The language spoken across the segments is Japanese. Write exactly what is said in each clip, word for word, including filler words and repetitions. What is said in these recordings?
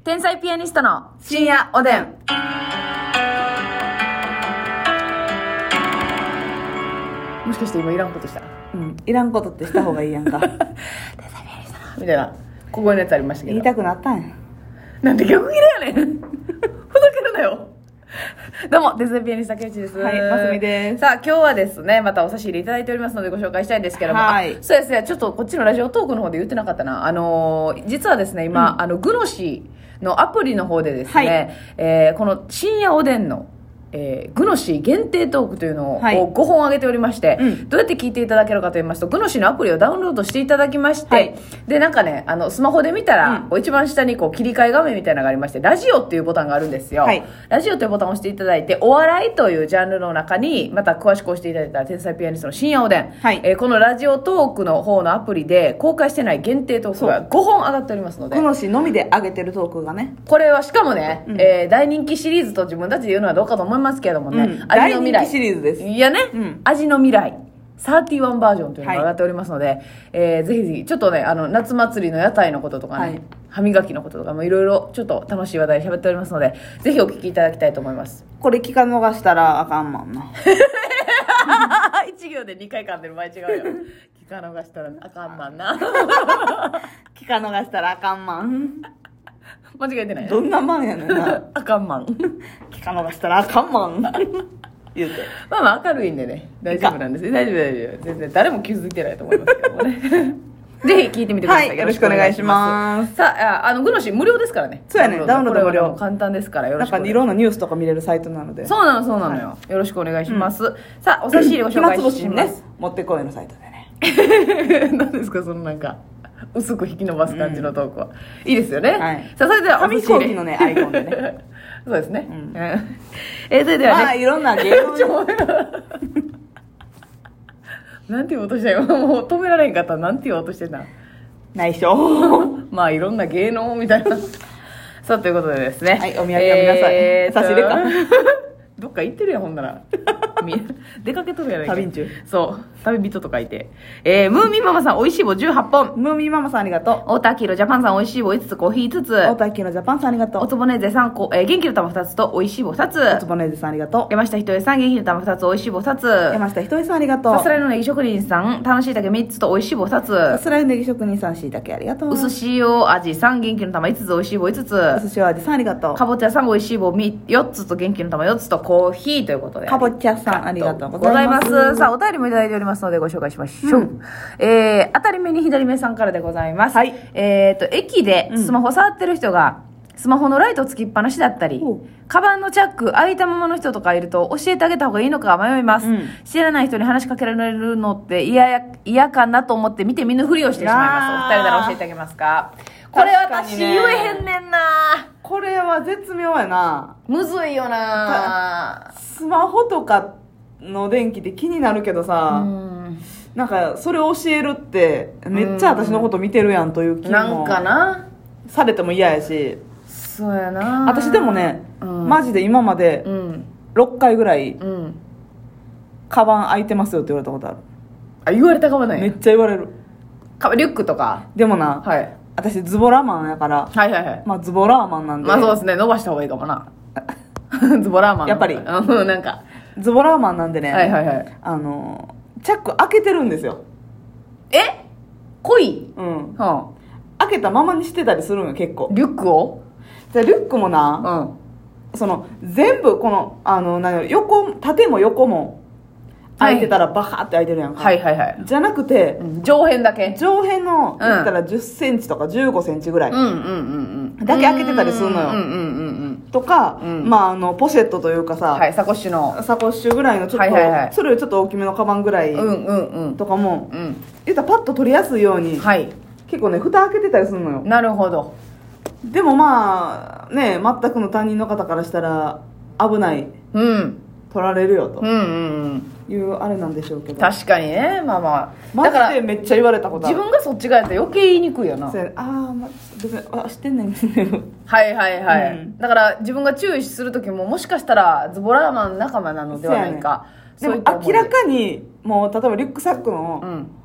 天才ピアニストの深夜おでん。もしかして今いらんことした？ うん、いらんことってした方がいいやんか。天才ピアニストのみたいな小声のやつありましたけど、 言いたくなったんや。 なんで逆切れやねん。ふざけるなよ。どうも天才ピアニスト竹内です。 はい、ますみです。 さあ今日はですね、またお差し入れいただいておりますのでご紹介したいんですけども、 はい、 そうですね、ちょっとこっちのラジオトークの方で言ってなかったな。あのー、実はですね今、うん、あのグノシーのアプリの方でですね、はい、えー、この深夜おでんのえー、グノシー限定トークというのをごほん上げておりまして、はい、うん、どうやって聞いていただけるかと言いますと、グノシーのアプリをダウンロードしていただきまして、はい、でなんかね、あのスマホで見たら、うん、一番下にこう切り替え画面みたいなのがありまして、ラジオっていうボタンがあるんですよ、はい、ラジオというボタンを押していただいて、お笑いというジャンルの中にまた詳しく押していただいたら天才ピアニストの深夜おでん、はい、えー、このラジオトークの方のアプリで公開してない限定トークがごほん上がっておりますので、 グノシーのみで上げてるトークがね、 これはしかもね、うん、えー、大人気シリーズと自分たちで言うのはどうかと思いますけれどもね、うん、味の未来大人気シリーズです。 いやね、うん、味の未来さんじゅういちバージョンというのが上がっておりますので、はい、えー、ぜひぜひちょっとね、あの夏祭りの屋台のこととかね、はい、歯磨きのこととかもいろいろちょっと楽しい話題喋っておりますので、ぜひお聞きいただきたいと思います。 これ聞か逃したらあかんもんな。 一行でにかい噛んでる場合違うよ。聞か逃したらあかんまんな。 聞か逃したらあかんまん。 間違えてない。 どんなマンやねんな。 あかんまん。 聞か逃したらあかんまん。言うて。 まあまあ明るいんでね、大丈夫なんです。大丈夫大丈夫。全然誰も気づいてないと思いますけどもね。ぜひ聞いてみてください。はい、 よろしくお願いします。 さあ、あのグノシー無料ですからね。 そうやね。ダウンロード無料。 簡単ですからよろしく。 なんかいろんなニュースとか見れるサイトなので。 そうなのそうなのよ。はい、よろしくお願いします。うん、さあお差し入れご紹介します。 暇つぶしにね、持ってこいのサイトでね。 何ですかそのなんか。薄く引き伸ばす感じのトークは、うん、いいですよね、はい、さあそれでは紙飛行機のねアイコンでね。 そうですね、うん、えー、それではね、 まあいろんな芸能なんて言おうとしたよ。もう止められへんかったらなんて言おうとしてた内緒。 まあいろんな芸能みたいな。さあということでですね、 はい、お土産は皆さん、えー、差し入れか。 どっか行ってるやんほんなら。出かけとるやないか。 旅中。 そう旅人と書いて、えー、ムーミンママさんおいしい棒じゅうはっぽん。 ムーミンママさんありがとう。 太田明ジャパンさんおいしい棒いつつコーヒーいつつ。 太田明ジャパンさんありがとう。 おつぼねぜさん、えー、元気の玉ふたつとおいしい棒ふたつ。 おつぼねぜさんありがとう。 山下ひとえさん元気の玉ふたつおいしい棒ふたつ。 山下ひとえさんありがとう。 さすらいのネギ職人さん楽しいだけみっつとおいしい棒ふたつ。 さすらいのネギ職人さんしいたけありがとう。 うすしお味さん元気の玉いつつおいしい棒いつつ。 うすしお味さんありがとう。 かぼちゃさんおいしい棒よっつと元気の玉よっつとコーヒーということで、 かぼちゃさんありがとうございます。さあお便りもいただいておりますのでご紹介しましょう、うん、えー、当たり目に左目さんからでございます、はい、えーと駅でスマホ触ってる人が、うん、スマホのライトつきっぱなしだったり、うん、カバンのチャック開いたままの人とかいると教えてあげた方がいいのか迷います、うん、知らない人に話しかけられるのって嫌や嫌かなと思って見て見ぬふりをしてしまいます。お二人なら教えてあげますか。これ私言えへんねんな。 これは絶妙やな。 むずいよな。 スマホとかの電気って気になるけどさ、うん、なんかそれを教えるってめっちゃ私のこと見てるやんという気もなんかなされても嫌やし。 そうやな。 私でもね、うん、マジで今までろっかいぐらい、うん、カバン開いてますよって言われたことある。 あ、言われたかもない。 めっちゃ言われる。 リュックとかでもな、 はい、 私ズボラーマンやから、 はいはいはい、 まあズボラーマンなんで、 まあそうですね、伸ばした方がいいかもな。ズボラーマンやっぱりなんかズボラーマンなんでね、 はいはいはい、 あのチャック開けてるんですよ。 え濃い、 うん、はあ、開けたままにしてたりするのよ結構。 リュックをじゃリュックもな、うん、その全部このあの何横縦も横も開いてたらバカって開いてるやんか、 はいはいはい、 じゃなくて、 うん、上辺だけ上辺の言ったらじゅっセンチとかじゅうごセンチぐらいだけ開けてたりするのよ、うんうんうんうん、とか、うん、まああのポシェットというかさ、 はい、サコッシュのサコッシュぐらいのちょっと、はいはいはい、それよりちょっと大きめのカバンぐらいとかも、うんうんうん、言ったらパッと取りやすいように、はい、結構ね蓋開けてたりするのよ。 なるほど。 でもまあね、全くの他人の方からしたら危ない、うん、取られるよと、うんうんうんいうあれなんでしょうけど。 確かにね、まあまあマジでめっちゃ言われたことある。 自分がそっち側やったら余計言いにくいよな。 ああ、まあ、別にあ知ってんねんはいはいはい、うん、だから自分が注意する時ももしかしたらズボラーマン仲間なのではないか。 そう、ね、でも明らかにもう例えばリュックサックの、うん、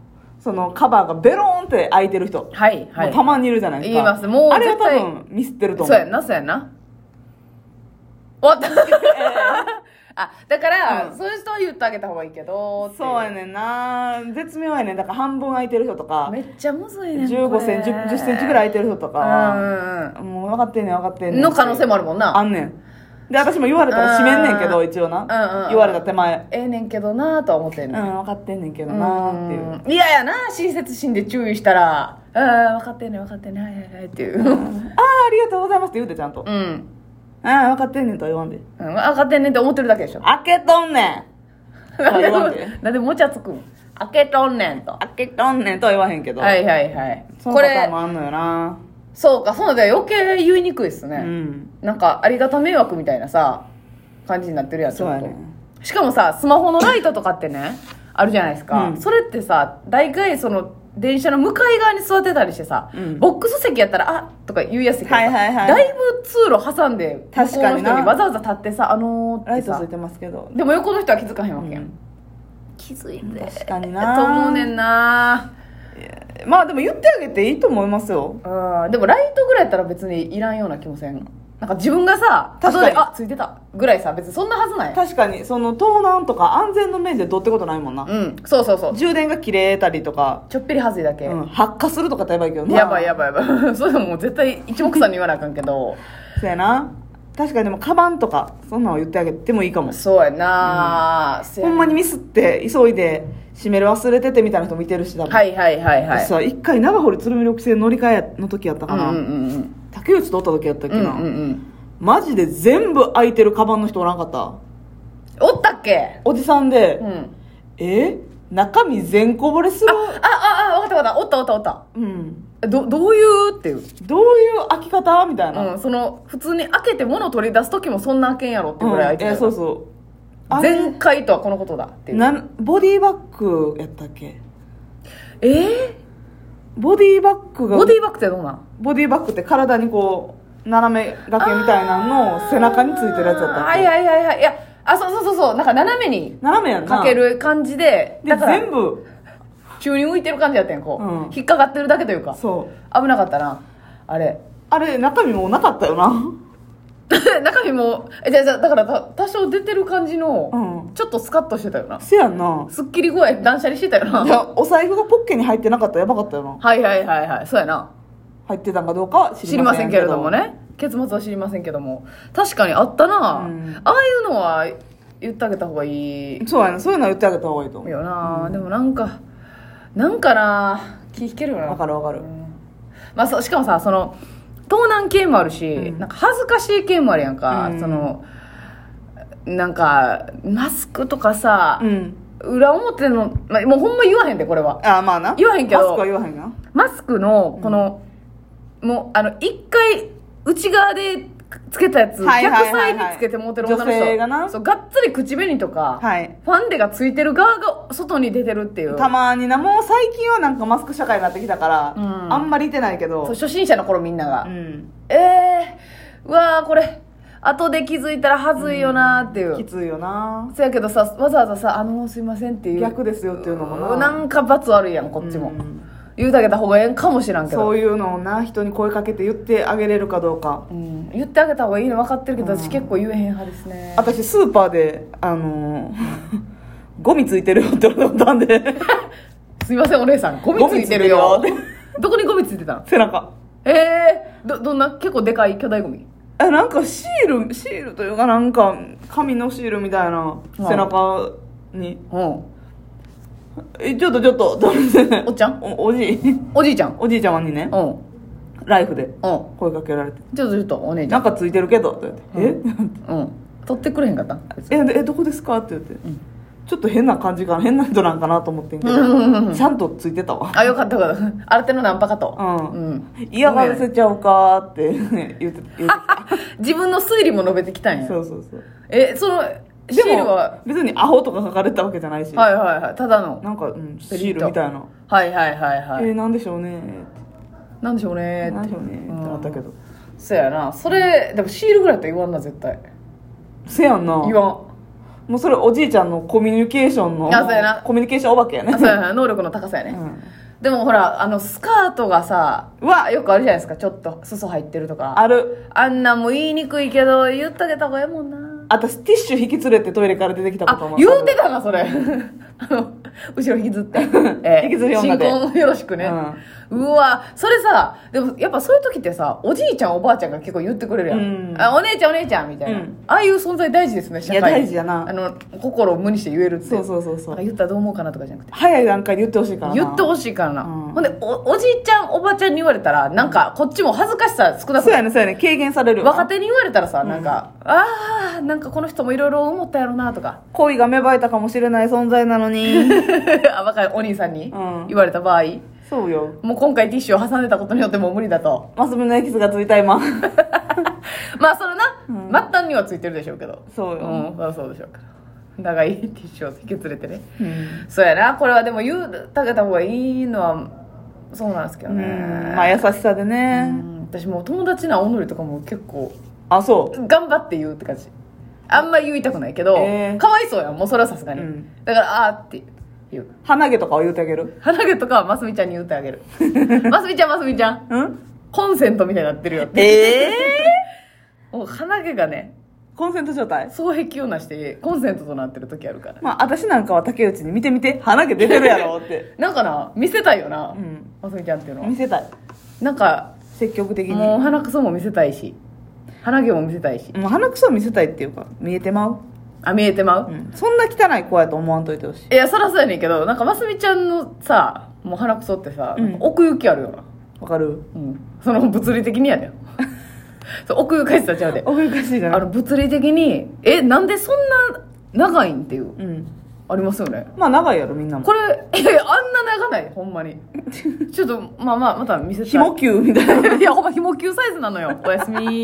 そのカバーがベローンって開いてる人、 はいはい、 もうたまにいるじゃないですか。 言います。もうあれは絶対多分ミスってると思う。 そうやんな、そうやんな。終わった。あ、だから、うん、そういう人は言ってあげた方がいいけど。 そうやねんな。絶妙やねん。だから半分空いてる人とか。 めっちゃむずいねん。 じゅうごセンチ、じゅっセンチぐらい空いてる人とか。うん。もう分かってんねん分かってんねん。 の可能性もあるもんな。 あんねん。で、私も言われたら閉めんねんけど、一応な。うんうん、言われた手前。 ええねんけどなとは思ってんねん。 うん、分かってんねんけどなっていう。 嫌やな、親切心で注意したら、ああ、分かってんねん分かってんねん、はいはいはいっていう。うん、ああ、 ありがとうございますって言うてちゃんと。うん。ああ、分かってんねんとは言わんで。 うん、分かってんねんって思ってるだけでしょ。 開けとんねんなんでもちゃつくん開けとんねんと。 開けとんねんとは言わへんけど。 はいはいはい。 そのパターンもあんのよな。 そうか、そうなんだよ。余計言いにくいっすね。うん。なんか、ありがた迷惑みたいなさ、感じになってるやつ。 そうやね。 しかもさ、スマホのライトとかってね、あるじゃないですか。うん、それってさ、大概その、電車の向かい側に座ってたりしてさ、うん、ボックス席やったら、あとか言うやつけどさ、はいはいはい、だいぶ通路挟んで、向こうの人にわざわざ立ってさ、あのー、ってさ、 ライトついてますけど。 でも横の人は気づかへんわけやん。うん、気づいて。 確かになと思うねんな。 まあでも言ってあげていいと思いますよ。 うん。でもライトぐらいやったら別にいらんような気もせん。なんか自分がさ、 確かにあ、ついてたぐらいさ、別にそんなはずない。 確かに、その盗難とか安全の面でどうってことないもんな。 うん、そうそうそう。 充電が切れたりとか。 ちょっぴりはずいだけ。 うん、発火するとかってやばいけどな。 やばいやばいやばい。そういうのもう絶対一目散に言わなあかんけど。 そうやな。確かにでもカバンとか、そんなの言ってあげてもいいかも。 そうやな、 うん、ほんまにミスって急いで閉める忘れててみたいな人もいてるし、多分。 はいはいはいはい。 さ、一回長堀鶴見緑線乗り換えの時やったかな。うんうんうん、竹内とおった時やったっけな。うんうんうん、マジで全部開いてるカバンの人おらんかった？ おったっけ？ おじさんで、うん、え中身全こぼれする。 ああああ分かった分かった、おったおったおった。うんど, どういうっていうどういう開き方みたいな、 うん、その普通に開けて物を取り出す時もそんな開けんやろってぐらい開いてた、うん、 えそうそう全開とはこのことだっていうな。ボディバッグやったっけ？ えー、 ボディバッグがボディバッグってどうなん？ ボディバッグって体にこう斜め掛けみたいなのの背中についてるやつやったっけ？ はいはいはいはい。いやあそうそうそうそう、なんか斜めに斜めやんなかける感じで、 だから全部宙に浮いてる感じやってんこう、うん、引っかかってるだけというか、そう危なかったなあれ。 あれ中身もうなかったよな中身もえじゃあだから多少出てる感じの、うん、ちょっとスカッとしてたよな。 せやんな。 すっきり具合断捨離してたよな。 いやお財布がポッケに入ってなかったらやばかったよな。 はいはいはいはい、そうやな。 入ってたかどうかは知りませんけれどもね、結末は知りませんけども確かにあったな、うん、ああいうのは言ってあげた方がいい。 そうやな、そういうのは言ってあげた方がいいと思うよな、うん、でもなんかなんかな気引けるよな。 わかるわかる、うん、 まあ、そしかもさその盗難系もあるし、うん、なんか恥ずかしい系もあるやんか、うん、そのなんかマスクとかさ、うん、裏表の、まあ、もうほんま言わへんでこれは。 あまあな言わへんけどマスクは言わへんな。 マスクのこの、うん、もうあの一回内側でつけたやつ、はいはいはいはい、逆サイにつけて持ってる女の人、 女性がな、 そうがっつり口紅とか、はい、ファンデがついてる側が外に出てるっていう。 たまにな。もう最近はなんかマスク社会になってきたから、うん、あんまりいてないけど、 そう初心者の頃みんなが、うん、えー、うわーこれ後で気づいたらはずいよなーっていう、 うん、きついよな。 そうやけどさわざわざさあのすいませんっていう逆ですよっていうのもな、 なんか罰悪いやんこっちも、うん、言うてあげた方がええんかもしらんけど、 そういうのをな人に声かけて言ってあげれるかどうか、 うん、言ってあげた方がいいの分かってるけど、うん、私結構言えへん派ですね。 私スーパーであのー、ゴミついてるよって思ったんですいませんお姉さんゴミついてるよどこにゴミついてたの？ 背中。 えー、ど, どんな結構でかい巨大ゴミ？ えなんかシールシールというかなんか紙のシールみたいな背中に、うん、えちょっとちょっとおっちゃんお, おじいおじいちゃんおじいちゃんにね、うん、ライフで声かけられて、 ちょっとちょっとお姉ちゃんなんかついてるけどって言って、うん、 えうん取ってくれへんかった？ ええどこですかって言って、うん、ちょっと変な感じかな変な人なんかなと思ってんけど、うんうんうん、ちゃんとついてたわ。 あよかったよかったある程度ナンパかと、うんうん、嫌がらせちゃうかって言って言ってきた自分の推理も述べてきたんや。 そうそうそう。 えそのシールは別にアホとか書かれたわけじゃないし、 はいはいはいただのなんか、うん、シールみたいな。 はいはいはいはい。 えー、なんでしょうねなんでしょうねなんでしょうねってなったけど、 そうやなそれでもシールぐらいだったら言わんな絶対。 せやんな言わん。 もうそれおじいちゃんのコミュニケーションのあそうやなコミュニケーションお化けやね。 あそうやな能力の高さやね、うんでもほらあのスカートがさうわよくあるじゃないですか、ちょっと裾入ってるとか。 ある。 あんなんも言いにくいけど言ってあげた方がええもんな。 私ティッシュ引き連れてトイレから出てきたこともあ言うてたなそれあの後ろ引きずって、え引きずり女で新婚よろしくね、うん、うわそれさでもやっぱそういう時ってさおじいちゃんおばあちゃんが結構言ってくれるやん、うん、あお姉ちゃんお姉ちゃんみたいな、うん、ああいう存在大事ですね社会。いや大事やな。 あの心を無にして言えるって。 そうそうそうそう。 言ったらどう思うかなとかじゃなくて早い段階で言ってほしいからな。 言ってほしいからな、うん、ほんで お, おじいちゃんおばあちゃんに言われたらなんかこっちも恥ずかしさ少なくて、 そうやねそうやね軽減される。 若手に言われたらさなんか、うん、ああなんかこの人もいろいろ思ったやろなとか、 恋が芽生えたかもしれない存在なのにあ若いお兄さんに言われた場合、うん、 そうよ。 もう今回ティッシュを挟んでたことによってもう無理だと。 マスミのエキスがついた今まあそれな、うん、末端にはついてるでしょうけど。 そうよ、 うん、そうそうでしょうから長いティッシュを引き連れてね、うん、そうやな。これはでも言うたげた方がいいのはそうなんですけどね、 うん、まあ優しさでね、 うん、私もう友達の青のりとかも結構あそう頑張って言うって感じ。あんまり言いたくないけど、えー、かわいそうやんもうそれはさすがに、うん、だからあーって言う。 鼻毛とかを言うてあげる。 鼻毛とかはますみちゃんに言ってあげるますみちゃんますみちゃん、うん、コンセントみたいになってるよってええー、もう鼻毛がねコンセント状態双璧をなしてコンセントとなってる時あるから。 まあ私なんかは竹内に見てみて鼻毛出てるやろってなんかな見せたいよな、うん、ますみちゃんっていうのは見せたい。 なんか積極的にもう鼻くそも見せたいし鼻毛も見せたいし、 もう鼻くそ見せたいっていうか見えてまう。 あ見えてまう、 うん、そんな汚い子やと思わんといてほしい。 いやそらそうやねんけどなんかますみちゃんのさもう鼻くそってさ、うん、奥行きあるよな。 わかる、 うん、その物理的にやねんそう奥ゆかしさちゃうで。 奥ゆかしいじゃない。 あの物理的にえなんでそんな長いんっていう、うん、ありますよね。 まあ長いやろみんなも。 これえあんな長ないほんまにちょっとまあまあまた見せたい。 ひも球みたいないやほんまひも球サイズなのよ。おやすみ